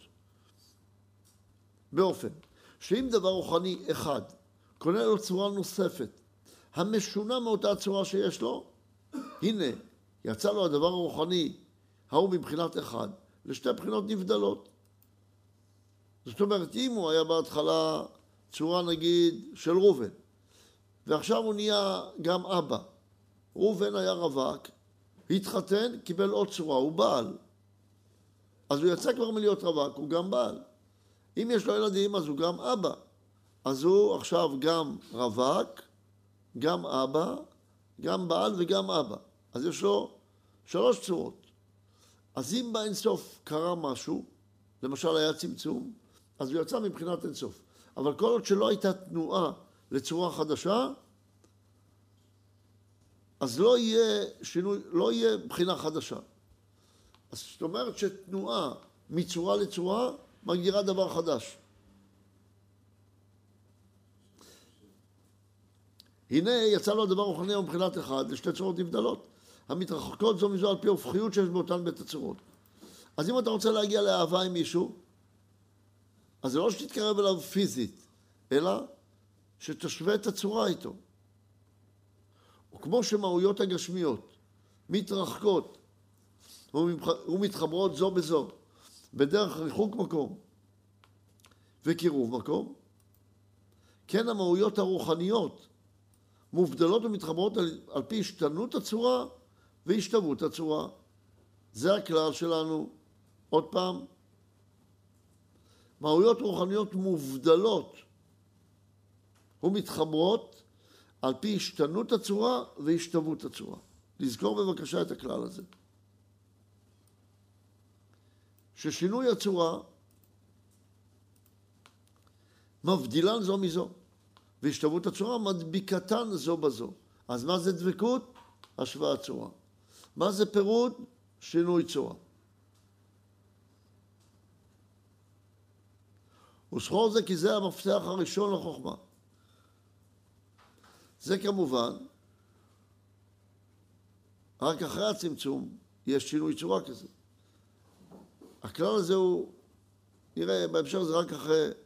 A: באופן שאם דבר רוחני אחד קונה לו צורה נוספת, המשונה מאותה צורה שיש לו, הנה, יצא לו הדבר הרוחני, ההוא מבחינת אחד, לשתי בחינות נבדלות. זאת אומרת, אם הוא היה בהתחלה צורה נגיד של ראובן, ועכשיו הוא נהיה גם אבא. ראובן היה רווק, התחתן, קיבל עוד צורה, הוא בעל. אז הוא יצא כבר מלהיות רווק, הוא גם בעל. אם יש לו ילדים, אז הוא גם אבא. אז הוא עכשיו גם רווק, גם אבא, גם בעל וגם אבא. אז יש לו 3 צורות. אז אם באינסוף קרה משהו, למשל היה צמצום, אז הוא יצא מבחינת אינסוף. אבל כל עוד שלא הייתה תנועה לצורה חדשה, אז לא יהיה שינוי, לא יהיה בחינה חדשה. אז זאת אומרת שתנועה מצורה לצורה מגדירה דבר חדש. הנה יצא לו הדבר רוחני מבחינת אחד לשתי צורות נבדלות, המתרחקות זו מזו על פי ההופכיות שיש באותן בית הצורות. אז אם אתה רוצה להגיע לאהבה עם מישהו, אז זה לא שתתקרב אליו פיזית, אלא שתשווה את הצורה איתו. וכמו שמהויות הגשמיות מתרחקות ומתחברות זו בזו, בדרך ריחוק מקום וקירוב מקום, כן המהויות הרוחניות מובדלות ומתחברות על פי השתנות הצורה והשתוות הצורה. זה הכלל שלנו. עוד פעם, מהויות רוחניות מובדלות ומתחברות על פי השתנות הצורה והשתוות הצורה. לזכור בבקשה את הכלל הזה. ששינוי הצורה מבדילן זו מזו, והשתוות הצורה מדביקתן זו בזו. אז מה זה דבקות? השוואת צורה. מה זה פירוד? שינוי צורה. וזכור זה כי זה המפתח הראשון לחוכמה. זה כמובן, רק אחרי הצמצום יש שינוי צורה כזה. הכלל הזה הוא, נראה, בהמשך זה רק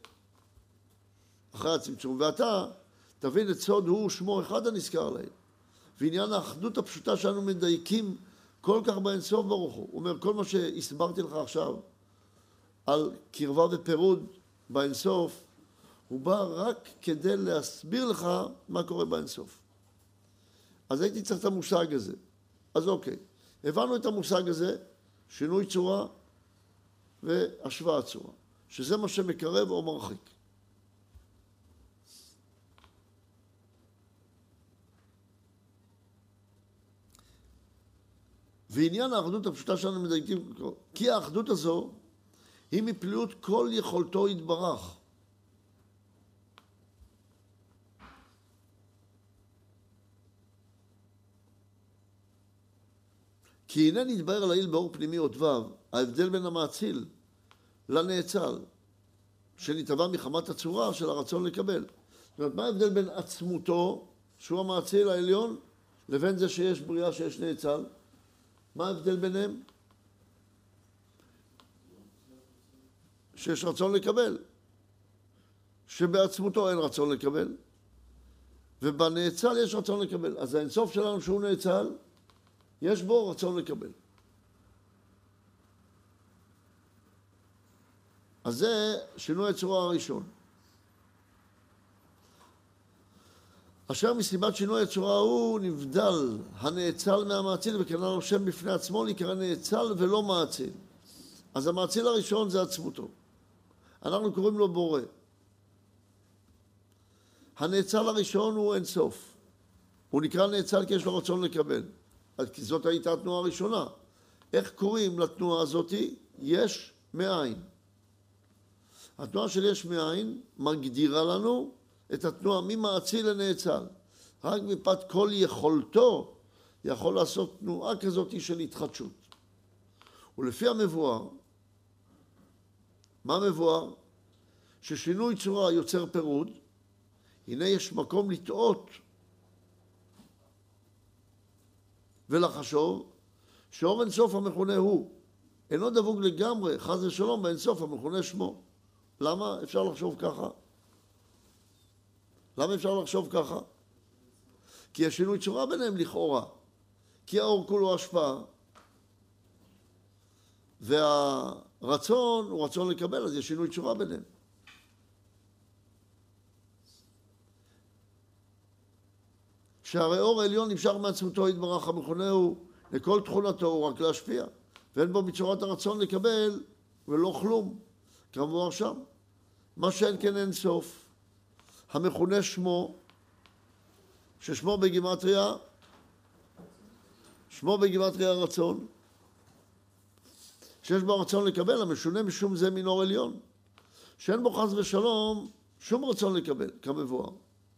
A: אחרי הצמצום. ואתה תבין את סוד הוא שמו אחד הנזכר להם. ועניין האחדות הפשוטה שאנו מדייקים כל כך באינסוף ברוך הוא. הוא אומר, כל מה שהסברתי לך עכשיו על קרבה ופירוד באינסוף, הוא בא רק כדי להסביר לך מה קורה באינסוף. אז הייתי צריך את המושג הזה. אז אוקיי, הבנו את המושג הזה, שינוי צורה והשוואת צורה, שזה מה שמקרב או מרחיק. ועניין האחדות הפשוטה שאנו מדייקים, כי האחדות הזו היא מפליאות כל יכולתו יתברך. כי הנה נתבהר לעיל באור פנימי עוד וו, ההבדל בין המאציל לנאצל, שנתבע מחמת הצורה של הרצון לקבל. זאת אומרת, מה ההבדל בין עצמותו, שהוא המאציל העליון, לבין זה שיש בריאה שיש נאצל? מה ההבדל ביניהם? שיש רצון לקבל. שבעצמותו אין רצון לקבל. ובנאצל יש רצון לקבל. אז האינסוף שלנו שהוא נאצל, יש בו רצון לקבל. אז זה שינוי הצורה הראשון. אשר מסיבת שינוי הצורה הוא נבדל הנאצל מהמאציל, וכנ"ל לו שם בפני עצמו להיקרא נאצל ולא מאציל. אז המאציל הראשון זה עצמותו. אנחנו קוראים לו בורא. הנאצל הראשון הוא אין סוף. הוא נקרא נאצל כי יש לו רצון לקבל. כי זאת הייתה התנועה הראשונה. איך קוראים לתנועה הזאת? יש מאין. התנועה של יש מאין מגדירה לנו את התנועה ממאציל לנאצל. רק מפאת כל יכולתו יכול לעשות תנועה כזאת של התחדשות. ולפי המבואר, מה מבואר? ששינוי צורה יוצר פירוד, הנה יש מקום לטעות ולחשוב שאור אינסוף המכונה הוא אינו דבוק לגמרי, חס ושלום, באינסוף המכונה שמו. למה אפשר לחשוב ככה? למה אפשר לחשוב ככה? כי השינוי צורה ביניהם לכאורה. כי האור כולו השפעה. והרצון הוא רצון לקבל, אז יש שינוי צורה ביניהם. שהרי אור העליון נמשך מעצמותו יתברך המכונה הוא לכל תכונתו הוא רק להשפיע. ואין בו מצורת הרצון לקבל ולא כלום. כמובן שם. מה שאין כן אין סוף. המכונה שמו, ששמו בגימטריה, שמו בגימטריה הרצון, שיש בו רצון לקבל, המשונה משום זה מן אור עליון, שאין בו חס ושלום שום רצון לקבל, כמבואר.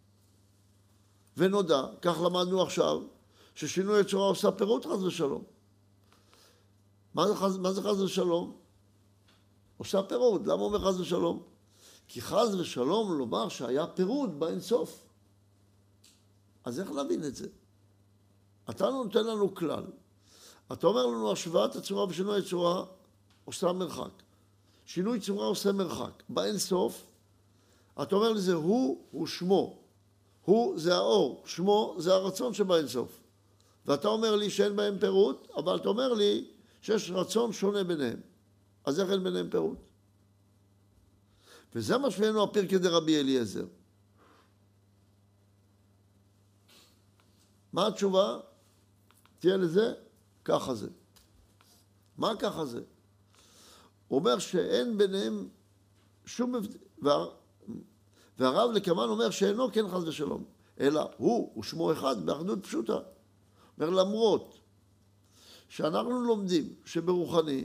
A: ונודע, כך למדנו עכשיו, ששינוי הצורה עושה פירוט חס ושלום. מה זה חס ושלום? עושה פירוט. למה אומר חס ושלום? כי חס ושלום לומר שהיה פירוד באינסוף. אז איך להבין את זה? אתה נותן לנו כלל. אתה אומר לנו השוואת הצורה ושינוי הצורה עושה מרחק. שינוי צורה עושה מרחק. באינסוף, אתה אומר לזה הוא שמו. הוא זה האור, שמו זה הרצון שבאינסוף. ואתה אומר לי שאין בהם פירוד, אבל אתה אומר לי שיש רצון שונה ביניהם. אז איך אין ביניהם פירוד? וזה מה שבינו הפרקי דרבי אליעזר. מה התשובה? תהיה לזה, ככה זה. מה ככה זה? הוא אומר שאין ביניהם שום הבדל, והרב לקמן אומר שאינו כן חס ושלום, אלא הוא ושמו אחד באחדות פשוטה. אומר למרות שאנחנו לומדים שברוחני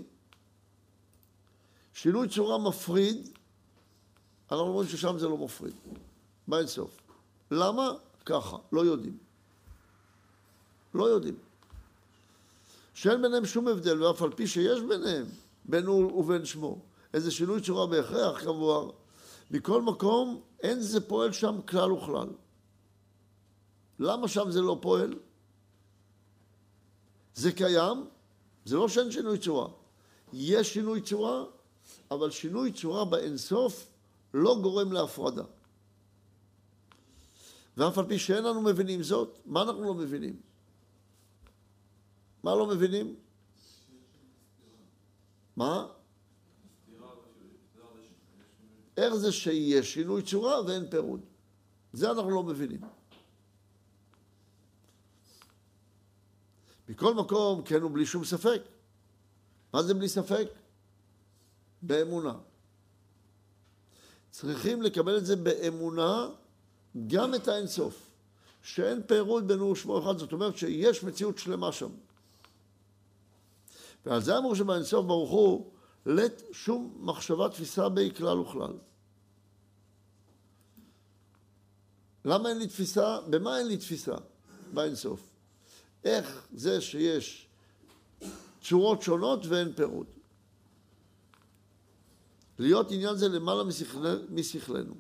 A: שינוי צורה מפריד, אנחנו אומרים ששם זה לא מפריד, באין סוף. למה? ככה, לא יודעים. לא יודעים. שאין ביניהם שום הבדל, ואף על פי שיש ביניהם, בין הוא ובין שמו, איזה שינוי צורה בהכרח כמובן, מכל מקום אין זה פועל שם כלל וכלל. למה שם זה לא פועל? זה קיים, זה לא שאין שינוי צורה. יש שינוי צורה, אבל שינוי צורה באינסוף לא גורם להפרדה. ואף על פי שאין לנו מבינים זאת, מה אנחנו לא מבינים? מה לא מבינים? מה? איך זה שיש שינוי צורה ואין פירוד? זה אנחנו לא מבינים. מכל מקום, כן ובלי שום ספק. מה זה בלי ספק? באמונה. צריכים לקבל את זה באמונה, גם את האינסוף. שאין פירוד בין הוא ושמו אחד, זאת אומרת שיש מציאות שלמה שם. ועל זה אמרו שבאינסוף ברוך הוא, לית שום מחשבה תפיסה בי כלל וכלל. למה אין לי תפיסה? במה אין לי תפיסה? באינסוף. איך זה שיש צורות שונות ואין פירוד? להיות עניין זה למעלה משכלנו.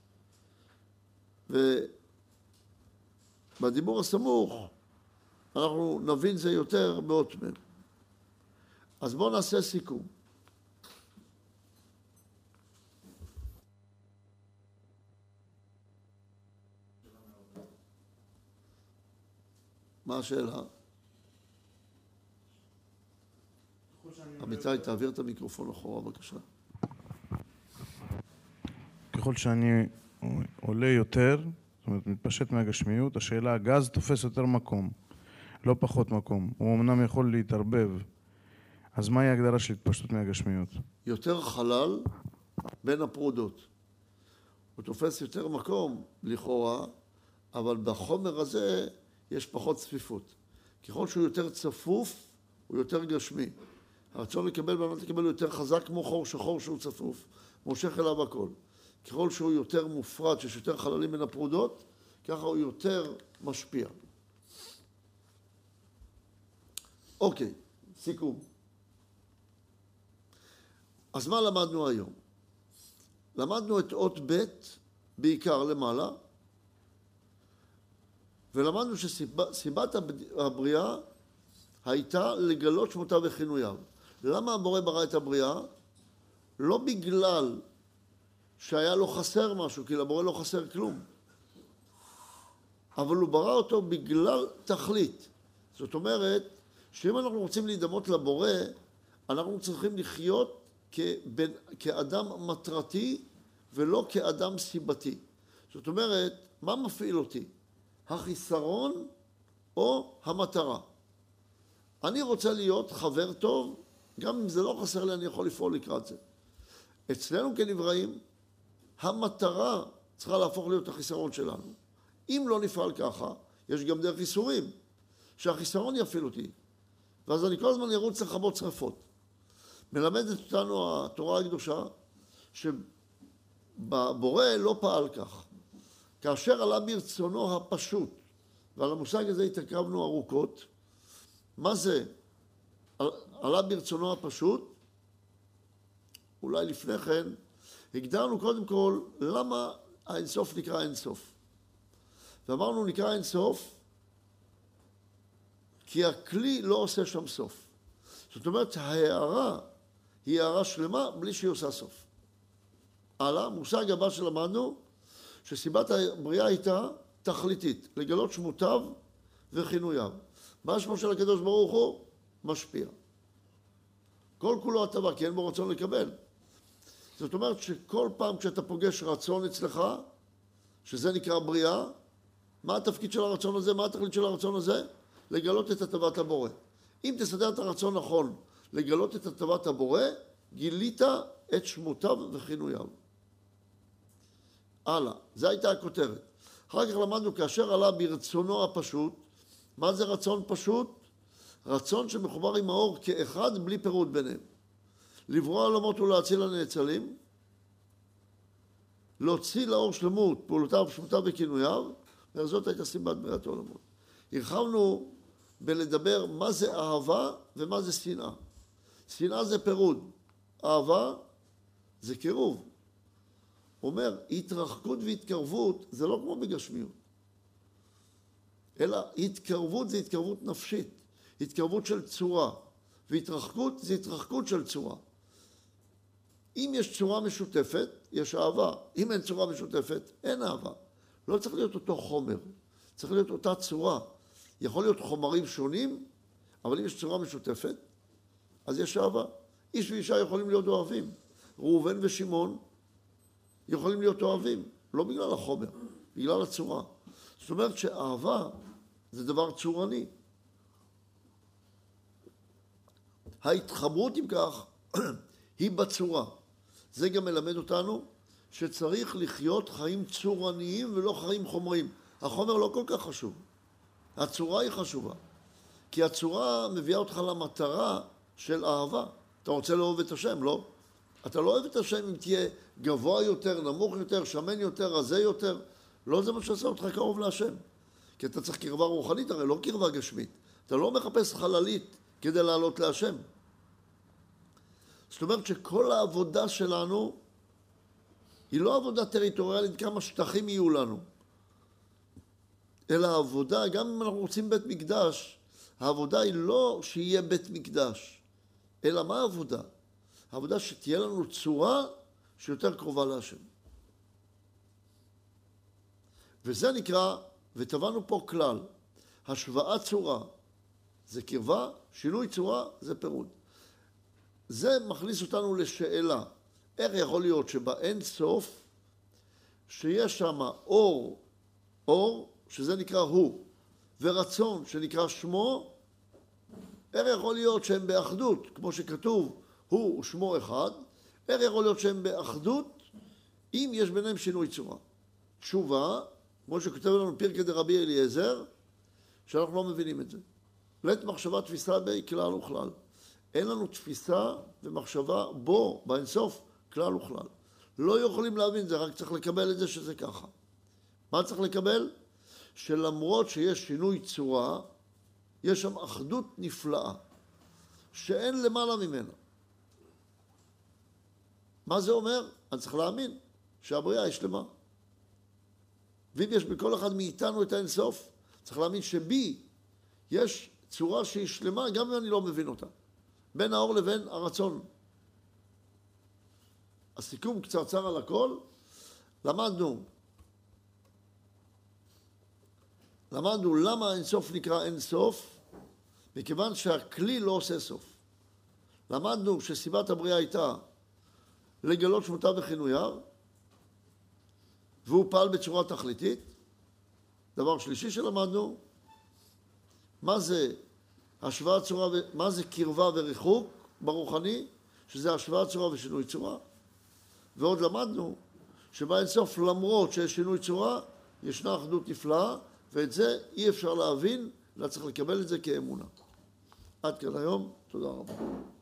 A: ובדיבור הסמוך אנחנו נבין זה יותר באות מהם. אז בואו נעשה סיכום. מה השאלה? אמיתי, תעביר את המיקרופון אחורה, בבקשה.
F: ככל שאני עולה יותר, זאת אומרת, מתפשט מהגשמיות, השאלה, הגז תופס יותר מקום, לא פחות מקום. הוא אמנם יכול להתערבב. אז מהי ההגדרה של התפשטות מהגשמיות?
A: יותר חלל בין הפרודות. הוא תופס יותר מקום, לכאורה, אבל בחומר הזה יש פחות צפיפות. ככל שהוא יותר צפוף, הוא יותר גשמי. הרצון לקבל וענות לקבל הוא יותר חזק כמו חור שחור שהוא צפוף, מושך אליו הכל. ככל שהוא יותר מופרד, שיש יותר חללים בין הפרודות, ככה הוא יותר משפיע. אוקיי, סיכום. אז מה למדנו היום? למדנו את אות ב' בעיקר למעלה, ולמדנו שסיבת הבריאה הייתה לגלות שמותיו וכינוייו. למה הבורא ברא את הבריאה? לא בגלל שהיה לו חסר משהו, כי לבורא לא חסר כלום. אבל הוא ברא אותו בגלל תכלית. זאת אומרת, שאם אנחנו רוצים להידמות לבורא, אנחנו צריכים לחיות כאדם מטרתי ולא כאדם סיבתי. זאת אומרת, מה מפעיל אותי? החיסרון או המטרה? אני רוצה להיות חבר טוב, גם אם זה לא חסר לי, אני יכול לפעול לקראת זה. אצלנו כנבראים, המטרה צריכה להפוך להיות החיסרון שלנו. אם לא נפעל ככה, יש גם דרך איסורים, שהחיסרון יפעיל אותי. ואז אני כל הזמן ירוץ לכבות שרפות. מלמדת אותנו התורה הקדושה, שבבורא לא פעל כך. כאשר עלה ברצונו הפשוט, ועל המושג הזה התעכבנו ארוכות, מה זה? עלה ברצונו הפשוט? אולי לפני כן, הגדרנו קודם כל למה האינסוף נקרא אינסוף. ואמרנו נקרא אינסוף, כי הכלי לא עושה שם סוף. זאת אומרת, ההערה היא הערה שלמה בלי שהיא עושה סוף. הלאה, מושג הבא שלמדנו, שסיבת הבריאה הייתה תכליתית, לגלות שמותיו וכינוייו. מה שמו של הקדוש ברוך הוא? משפיע. כל כולו הטבה, כי אין בו רצון לקבל. זאת אומרת שכל פעם כשאתה פוגש רצון אצלך, שזה נקרא בריאה, מה התפקיד של הרצון הזה? מה התכלית של הרצון הזה? לגלות את הטבת הבורא. אם תסדר את הרצון נכון, לגלות את הטבת הבורא, גילית את שמותיו וכינוייו. הלאה, זו הייתה הכותרת. אחר כך למדנו כאשר עלה ברצונו הפשוט. מה זה רצון פשוט? רצון שמחובר עם האור כאחד בלי פירוד ביניהם. לברוא עולמות ולהציל הנאצלים, להוציא לאור שלמות פעולותיו, שמותיו וכינוייו, וזאת הייתה סיבת בריאת העולמות. הרחבנו בלדבר מה זה אהבה ומה זה שנאה. שנאה זה פירוד, אהבה זה קירוב. אומר, התרחקות והתקרבות זה לא כמו בגשמיות, אלא התקרבות זה התקרבות נפשית, התקרבות של צורה, והתרחקות זה התרחקות של צורה. אם יש צורה משותפת, יש אהבה. אם אין צורה משותפת, אין אהבה. לא צריך להיות אותו חומר, צריך להיות אותה צורה. יכול להיות חומרים שונים, אבל אם יש צורה משותפת, אז יש אהבה. איש ואישה יכולים להיות אוהבים. ראובן ושמעון יכולים להיות אוהבים, לא בגלל החומר, בגלל הצורה. זאת אומרת שאהבה זה דבר צורני. ההתחברות עם כך היא בצורה. זה גם מלמד אותנו שצריך לחיות חיים צורניים ולא חיים חומריים. החומר לא כל כך חשוב, הצורה היא חשובה. כי הצורה מביאה אותך למטרה של אהבה. אתה רוצה לאהוב את השם, לא? אתה לא אוהב את השם אם תהיה גבוה יותר, נמוך יותר, שמן יותר, רזה יותר. לא זה מה שעושה אותך קרוב להשם. כי אתה צריך קרבה רוחנית, הרי לא קרבה גשמית. אתה לא מחפש חללית כדי לעלות להשם. זאת אומרת שכל העבודה שלנו היא לא עבודה טריטוריאלית כמה שטחים יהיו לנו. אלא העבודה, גם אם אנחנו רוצים בית מקדש, העבודה היא לא שיהיה בית מקדש. אלא מה העבודה? העבודה שתהיה לנו צורה שיותר קרובה להשם. וזה נקרא, וטבענו פה כלל, השוואת צורה זה קרבה, שינוי צורה זה פירוד. זה מכניס אותנו לשאלה, איך יכול להיות שבאין סוף, שיש שם אור, שזה נקרא הוא, ורצון שנקרא שמו, איך יכול להיות שהם באחדות, כמו שכתוב, הוא ושמו אחד, איך יכול להיות שהם באחדות, אם יש ביניהם שינוי צורה. תשובה, כמו שכותב לנו פרקי דרבי אליעזר, שאנחנו לא מבינים את זה. לית מחשבה תפיסה בי כלל וכלל. אין לנו תפיסה ומחשבה בו, באינסוף, כלל וכלל. לא יכולים להבין זה, רק צריך לקבל את זה שזה ככה. מה צריך לקבל? שלמרות שיש שינוי צורה, יש שם אחדות נפלאה, שאין למעלה ממנה. מה זה אומר? אני צריך להאמין שהבריאה היא שלמה. ואם יש בכל אחד מאיתנו את האינסוף, צריך להאמין שבי יש צורה שהיא שלמה, גם אם אני לא מבין אותה. בין האור לבין הרצון. הסיכום קצרצר על הכל. למדנו למה האינסוף נקרא אינסוף, מכיוון שהכלי לא עושה סוף. למדנו שסיבת הבריאה הייתה לגלות שמותיו וכינוייו, והוא פעל בצורה תכליתית. דבר שלישי שלמדנו, מה זה השוואת צורה, מה זה קרבה וריחוק ברוחני, שזה השוואת צורה ושינוי צורה. ועוד למדנו שבאינסוף למרות שיש שינוי צורה, ישנה אחדות נפלאה, ואת זה אי אפשר להבין, אלא צריך לקבל את זה כאמונה. עד כאן היום, תודה רבה.